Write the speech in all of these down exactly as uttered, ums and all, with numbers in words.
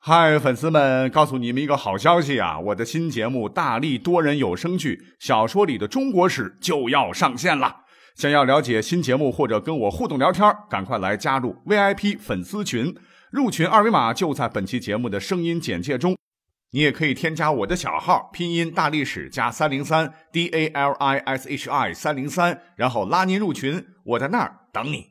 嗨，粉丝们，告诉你们一个好消息啊！我的新节目《大力多人有声剧小说里的中国史》就要上线了。想要了解新节目或者跟我互动聊天，赶快来加入 V I P 粉丝群，入群二维码就在本期节目的声音简介中。你也可以添加我的小号，拼音大历史加三零三 D A L I S H I 三零三，然后拉您入群，我在那儿等你。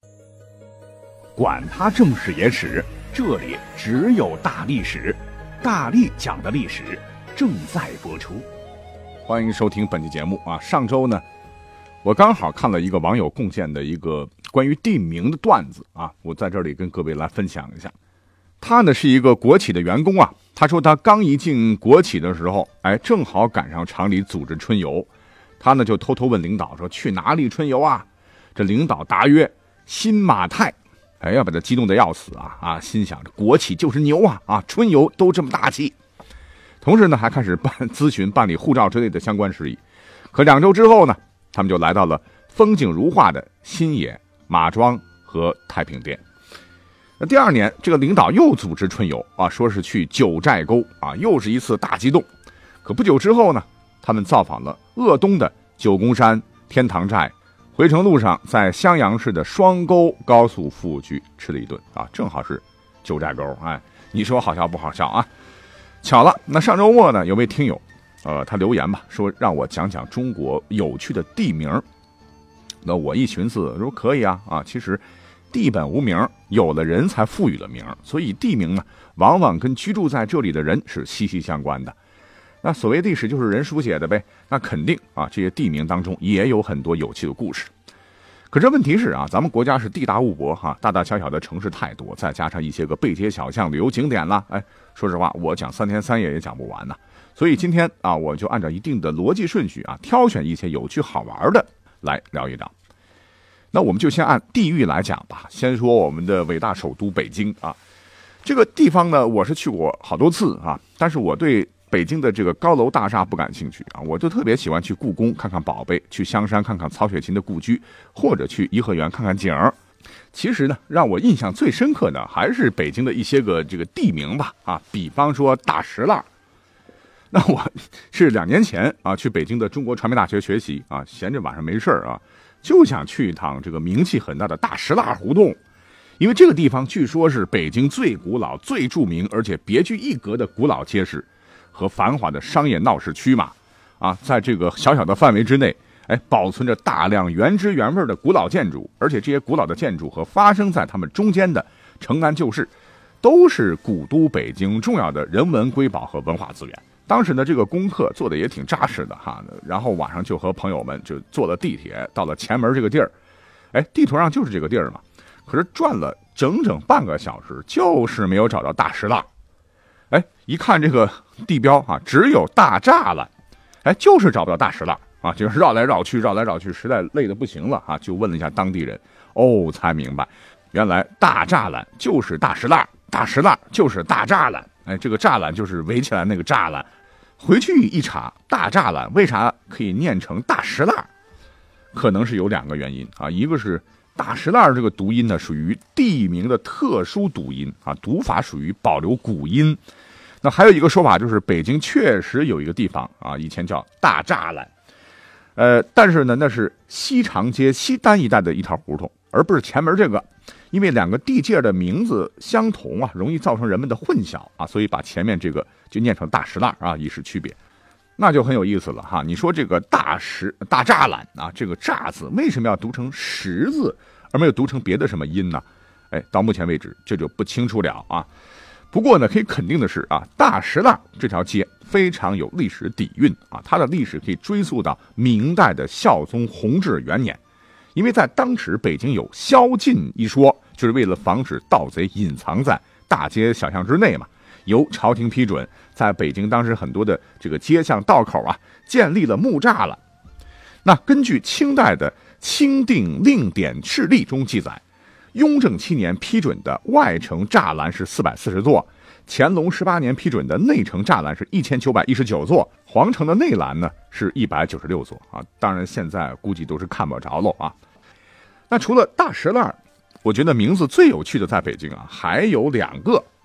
管他正史野史，这里只有大历史，大力讲的历史正在播出。 欢迎收听本期节目啊！上周呢，我刚好看了一个网友贡献的一个关于地名的段子啊，我在这里跟各位来分享一下。他呢是一个国企的员工啊，他说他刚一进国企的时候，哎，正好赶上厂里组织春游，他呢就偷偷问领导说去哪里春游啊？这领导答曰新马泰。哎呀，把他激动的要死啊啊！心想着国企就是牛啊啊，春游都这么大气。同时呢，还开始办咨询办理护照之类的相关事宜。可两周之后呢，他们就来到了风景如画的新野、马庄和太平店。那第二年，这个领导又组织春游啊，说是去九寨沟啊，又是一次大激动。可不久之后呢，他们造访了鄂东的九宫山、天堂寨。回程路上，在襄阳市的双沟高速服务区吃了一顿啊，正好是九寨沟。哎，你说好笑不好笑啊？巧了，那上周末呢，有位听友，呃，他留言吧，说让我讲讲中国有趣的地名。那我一寻思，说可以啊啊，其实地本无名，有了人才赋予了名，所以地名呢，往往跟居住在这里的人是息息相关的。那所谓历史就是人书写的呗，那肯定啊，这些地名当中也有很多有趣的故事。可这问题是啊，咱们国家是地大物博哈，大大小小的城市太多，再加上一些个背街小巷旅游景点啦，哎，说实话，我讲三天三夜也讲不完呢。所以今天啊，我就按照一定的逻辑顺序啊，挑选一些有趣好玩的来聊一聊。那我们就先按地域来讲吧，先说我们的伟大首都北京啊，这个地方呢，我是去过好多次啊，但是我对北京的这个高楼大厦不感兴趣啊，我就特别喜欢去故宫看看宝贝，去香山看看曹雪芹的故居，或者去颐和园看看景儿。其实呢，让我印象最深刻的还是北京的一些个这个地名吧啊，比方说大石栏。那我是两年前啊去北京的中国传媒大学学习啊，闲着晚上没事啊，就想去一趟这个名气很大的大石栏胡同。因为这个地方据说是北京最古老、最著名而且别具一格的古老街市和繁华的商业闹市区嘛，啊，在这个小小的范围之内，哎，保存着大量原汁原味的古老建筑，而且这些古老的建筑和发生在他们中间的城南旧事，都是古都北京重要的人文瑰宝和文化资源。当时呢，这个功课做的也挺扎实的哈，然后晚上就和朋友们就坐了地铁到了前门这个地儿，哎，地图上就是这个地儿嘛，可是转了整整半个小时，就是没有找到大石栏。哎，一看这个地标啊，只有大栅栏，哎，就是找不到大石栏啊，就是绕来绕去，绕来绕去，实在累得不行了啊，就问了一下当地人，哦，才明白，原来大栅栏就是大石栏，大石栏就是大栅栏，哎，这个栅栏就是围起来那个栅栏。回去一查，大栅栏为啥可以念成大石栏？可能是有两个原因啊，一个是大石栏这个读音呢，属于地名的特殊读音啊，读法属于保留古音。那还有一个说法就是，北京确实有一个地方啊，以前叫大栅栏，呃，但是呢，那是西长街西单一带的一条胡同，而不是前门这个。因为两个地界的名字相同啊，容易造成人们的混淆啊，所以把前面这个就念成大石栏啊，以示区别。那就很有意思了哈。你说这个大石大栅栏啊，这个栅字为什么要读成石字，而没有读成别的什么音呢？哎，到目前为止这就不清楚了啊。不过呢，可以肯定的是啊，大石栏这条街非常有历史底蕴啊，它的历史可以追溯到明代的孝宗弘治元年。因为在当时北京有宵禁一说，就是为了防止盗贼隐藏在大街小巷之内嘛，由朝廷批准，在北京当时很多的这个街巷道口啊，建立了木栅栏。那根据清代的清定令典事例中记载，雍正七年批准的外城栅栏是四百四十座，乾隆十八年批准的内城栅栏是一千九百一十九座，皇城的内栏呢是一百九十六座啊。当然现在估计都是看不着喽啊。那除了大石栏，我觉得名字最有趣的在北京啊还有两个，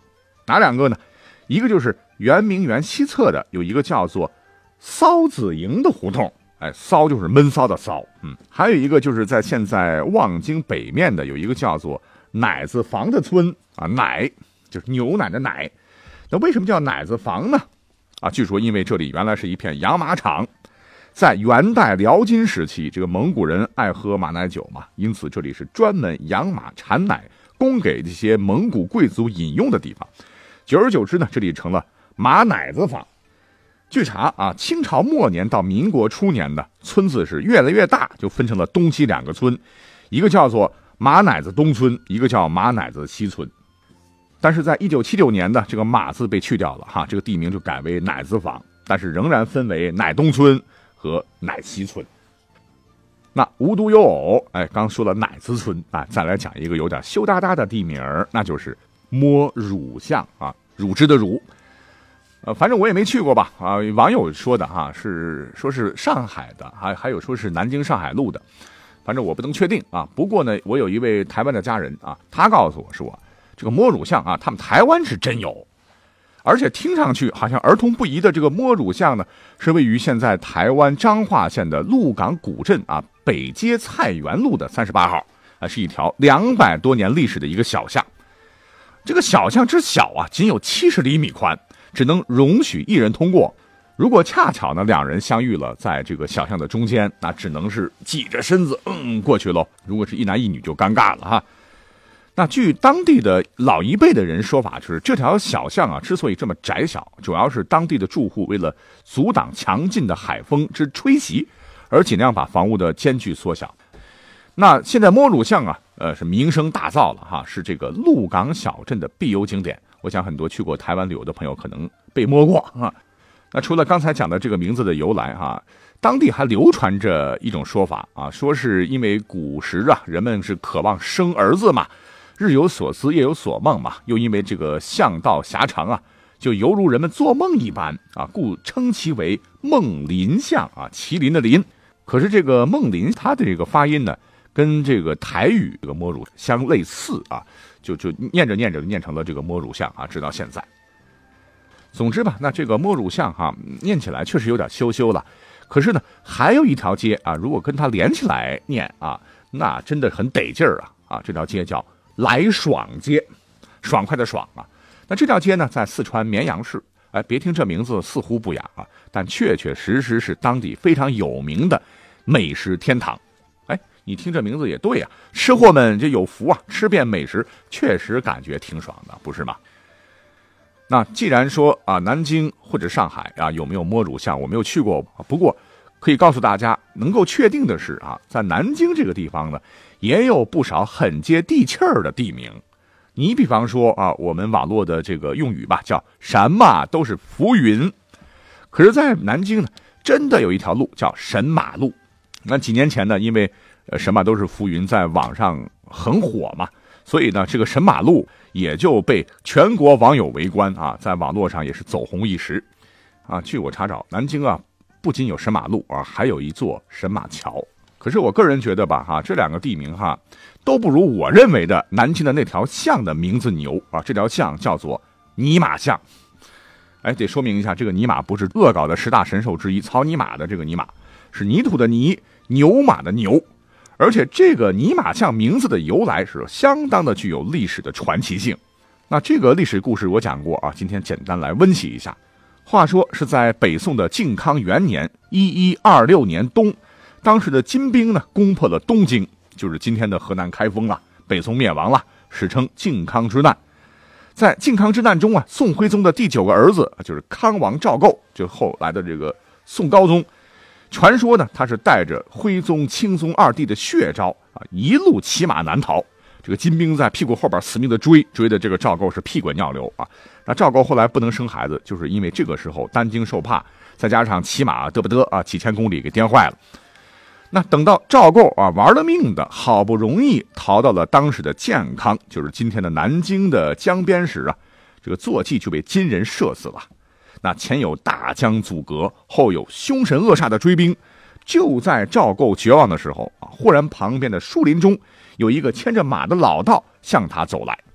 哪两个呢？一个就是圆明园西侧的有一个叫做骚子营的胡同，哎，骚就是闷骚的骚，嗯，还有一个就是在现在望京北面的有一个叫做奶子房的村啊，奶就是牛奶的奶。那为什么叫奶子房呢？啊，据说因为这里原来是一片养马场，在元代辽金时期，这个蒙古人爱喝马奶酒嘛，因此这里是专门养马产奶，供给这些蒙古贵族饮用的地方。久而久之呢，这里成了马奶子坊。据查啊，清朝末年到民国初年的村子是越来越大，就分成了东西两个村，一个叫做马奶子东村，一个叫马奶子西村。但是在一九七六年的这个马字被去掉了哈，这个地名就改为奶子坊，但是仍然分为奶东村和奶西村。那无独有偶，哎，刚说了奶子村啊，再来讲一个有点羞答答的地名，那就是摸乳巷啊，乳汁的乳。呃，反正我也没去过吧啊，网友说的哈，是说是上海的，还还有说是南京上海路的，反正我不能确定啊。不过呢，我有一位台湾的家人啊，他告诉我说，这个摸乳巷啊，他们台湾是真有，而且听上去好像儿童不宜的这个摸乳巷呢，是位于现在台湾彰化县的鹿港古镇啊北街菜园路的三十八号啊，是一条两百多年历史的一个小巷。这个小巷之小啊，仅有七十厘米宽，只能容许一人通过。如果恰巧呢两人相遇了，在这个小巷的中间，那只能是挤着身子嗯过去喽。如果是一男一女就尴尬了哈。那据当地的老一辈的人说法，就是这条小巷啊之所以这么窄小，主要是当地的住户为了阻挡强劲的海风之吹袭，而尽量把房屋的间距缩小。那现在摸乳巷啊，呃，是名声大噪了哈，是这个鹿港小镇的必游景点。我想很多去过台湾旅游的朋友可能被摸过啊。那除了刚才讲的这个名字的由来哈，当地还流传着一种说法啊，说是因为古时啊，人们是渴望生儿子嘛，日有所思，夜有所梦嘛，又因为这个巷道狭长啊，就犹如人们做梦一般啊，故称其为梦林巷啊，麒麟的麟。可是这个梦林它的这个发音呢，跟这个台语这个摸乳相类似啊，就就念着念着就念成了这个摸乳巷啊，直到现在。总之吧，那这个摸乳巷哈，念起来确实有点羞羞了。可是呢，还有一条街啊，如果跟它连起来念啊，那真的很得劲儿啊啊！这条街叫来爽街，爽快的爽啊。那这条街呢，在四川绵阳市。哎，别听这名字似乎不雅啊，但确确实实是当地非常有名的美食天堂。哎，你听这名字也对啊，吃货们这有福啊，吃遍美食，确实感觉挺爽的，不是吗？那既然说啊，南京或者上海啊有没有摸乳巷，我没有去过，不过可以告诉大家，能够确定的是啊，在南京这个地方呢，也有不少很接地气儿的地名。你比方说啊，我们网络的这个用语吧，叫什么都是浮云。可是，在南京呢，真的有一条路叫神马路。那几年前呢，因为呃什么都是浮云在网上很火嘛，所以呢，这个神马路也就被全国网友围观啊，在网络上也是走红一时啊。据我查找，南京啊不仅有神马路啊，还有一座神马桥。可是我个人觉得吧，哈，这两个地名哈都不如我认为的南京的那条巷的名字牛啊。这条巷叫做泥马巷。哎，得说明一下，这个泥马不是恶搞的十大神兽之一草泥马的这个泥马，是泥土的泥，牛马的牛。而且这个泥马巷名字的由来是相当的具有历史的传奇性。那这个历史故事我讲过啊，今天简单来温习一下。话说是在北宋的靖康元年一一二六年冬，当时的金兵呢攻破了东京，就是今天的河南开封了，北宋灭亡了，史称靖康之难。在靖康之难中啊，宋徽宗的第九个儿子就是康王赵构，就后来的这个宋高宗。传说呢，他是带着徽宗、钦宗二帝的血招啊，一路骑马南逃。这个金兵在屁股后边死命的追，追的这个赵构是屁滚尿流啊。那赵构后来不能生孩子，就是因为这个时候担惊受怕，再加上骑马嘚不嘚啊，几千公里给颠坏了。那等到赵构啊玩了命的，好不容易逃到了当时的建康，就是今天的南京的江边时啊，这个坐骑就被金人射死了。那前有大江阻隔，后有凶神恶煞的追兵。就在赵构绝望的时候啊，忽然旁边的树林中有一个牵着马的老道向他走来。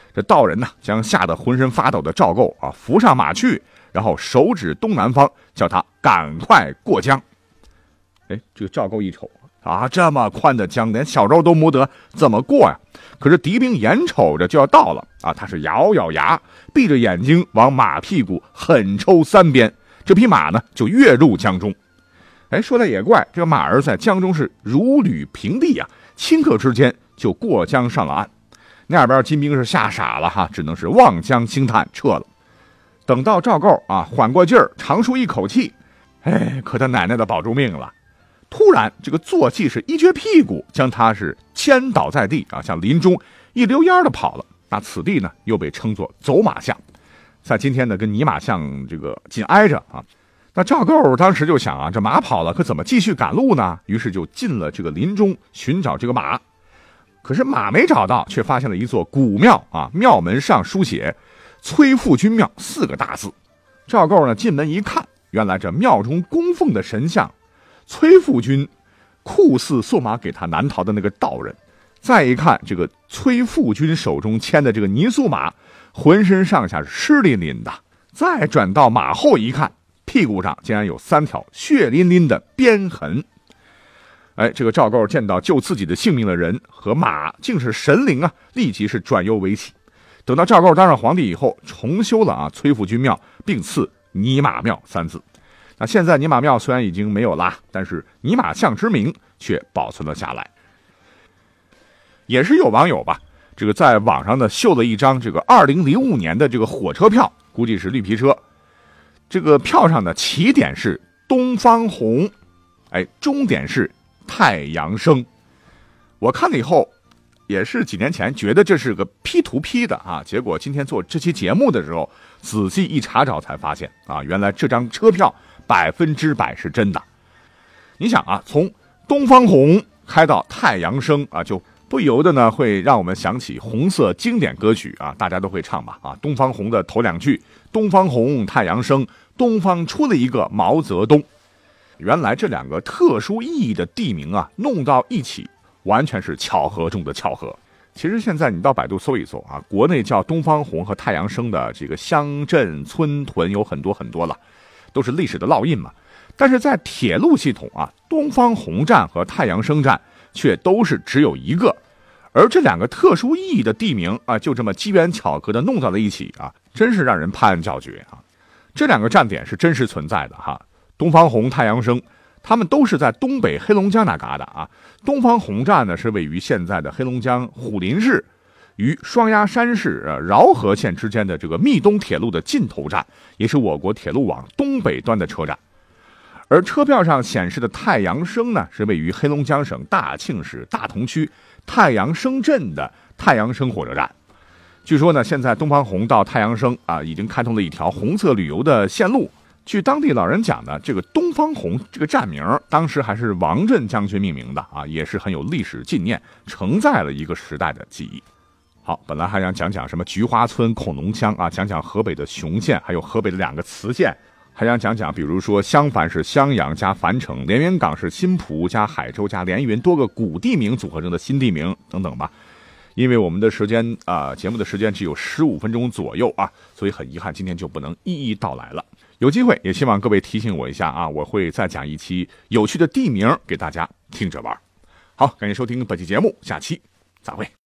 这道人呢，将吓得浑身发抖的赵构啊扶上马去，然后手指东南方，叫他赶快过江。哎，这个赵构一瞅啊，这么宽的江，连小舟都没得，怎么过呀？可是敌兵眼瞅着就要到了啊，他是咬咬牙，闭着眼睛往马屁股狠抽三鞭，这匹马呢就跃入江中。哎，说来也怪，这个马儿在江中是如履平地啊，顷刻之间就过江上了岸。那边金兵是吓傻了哈，只能是望江兴叹撤了。等到赵构啊缓过劲儿，长舒一口气，哎，可他奶奶的保住命了。突然这个坐骑是一撅屁股，将他是牵倒在地啊，向林中一溜烟的跑了。那此地呢又被称作走马巷，在今天呢跟泥马巷这个紧挨着啊。那赵构当时就想啊，这马跑了，可怎么继续赶路呢？于是就进了这个林中寻找这个马。可是马没找到，却发现了一座古庙啊，庙门上书写崔复君庙四个大字。赵构呢进门一看，原来这庙中供奉的神像崔复君酷似送马给他难逃的那个道人。再一看这个崔复君手中牵的这个泥塑马，浑身上下是湿淋淋的。再转到马后一看，屁股上竟然有三条血淋淋的鞭痕。哎，这个赵构见到救自己的性命的人和马竟是神灵啊，立即是转忧为喜。等到赵构当上皇帝以后，重修了啊崔复君庙，并赐泥马庙三字。那现在泥马庙虽然已经没有啦，但是泥马巷之名却保存了下来。也是有网友吧，这个在网上呢秀了一张这个二零零五年的这个火车票，估计是绿皮车。这个票上的起点是东方红，哎，终点是太阳升。我看了以后，也是几年前觉得这是个 P 图 P 的啊，结果今天做这期节目的时候，仔细一查找才发现啊，原来这张车票百分之百是真的。你想啊，从东方红开到太阳升啊，就不由得呢会让我们想起红色经典歌曲啊，大家都会唱吧啊，东方红的头两句，东方红太阳升，东方出了一个毛泽东。原来这两个特殊意义的地名啊，弄到一起，完全是巧合中的巧合。其实现在你到百度搜一搜啊，国内叫东方红和太阳升的这个乡镇村屯有很多很多了，都是历史的烙印嘛。但是在铁路系统啊，东方红站和太阳升站却都是只有一个，而这两个特殊意义的地名啊，就这么机缘巧合的弄到了一起啊，真是让人拍案叫绝啊！这两个站点是真实存在的哈，东方红、太阳升，他们都是在东北黑龙江那旮瘩啊。东方红站呢是位于现在的黑龙江虎林市，与双鸭山市、呃、饶河县之间的这个密东铁路的尽头站，也是我国铁路网东北端的车站。而车票上显示的太阳升呢，是位于黑龙江省大庆市大同区太阳升镇的太阳升火车站。据说呢，现在东方红到太阳升啊，已经开通了一条红色旅游的线路。据当地老人讲呢，这个东方红这个站名当时还是王震将军命名的啊，也是很有历史纪念，承载了一个时代的记忆。好，本来还想讲讲什么菊花村、恐龙乡啊，讲讲河北的雄县，还有河北的两个磁县。还想讲讲，比如说襄樊是襄阳加樊城，连云港是新蒲加海州加连云，多个古地名组合成的新地名等等吧。因为我们的时间啊、呃，节目的时间只有十五分钟左右啊，所以很遗憾今天就不能一一道来了。有机会也希望各位提醒我一下啊，我会再讲一期有趣的地名给大家听着玩。好，感谢收听本期节目，下期再会。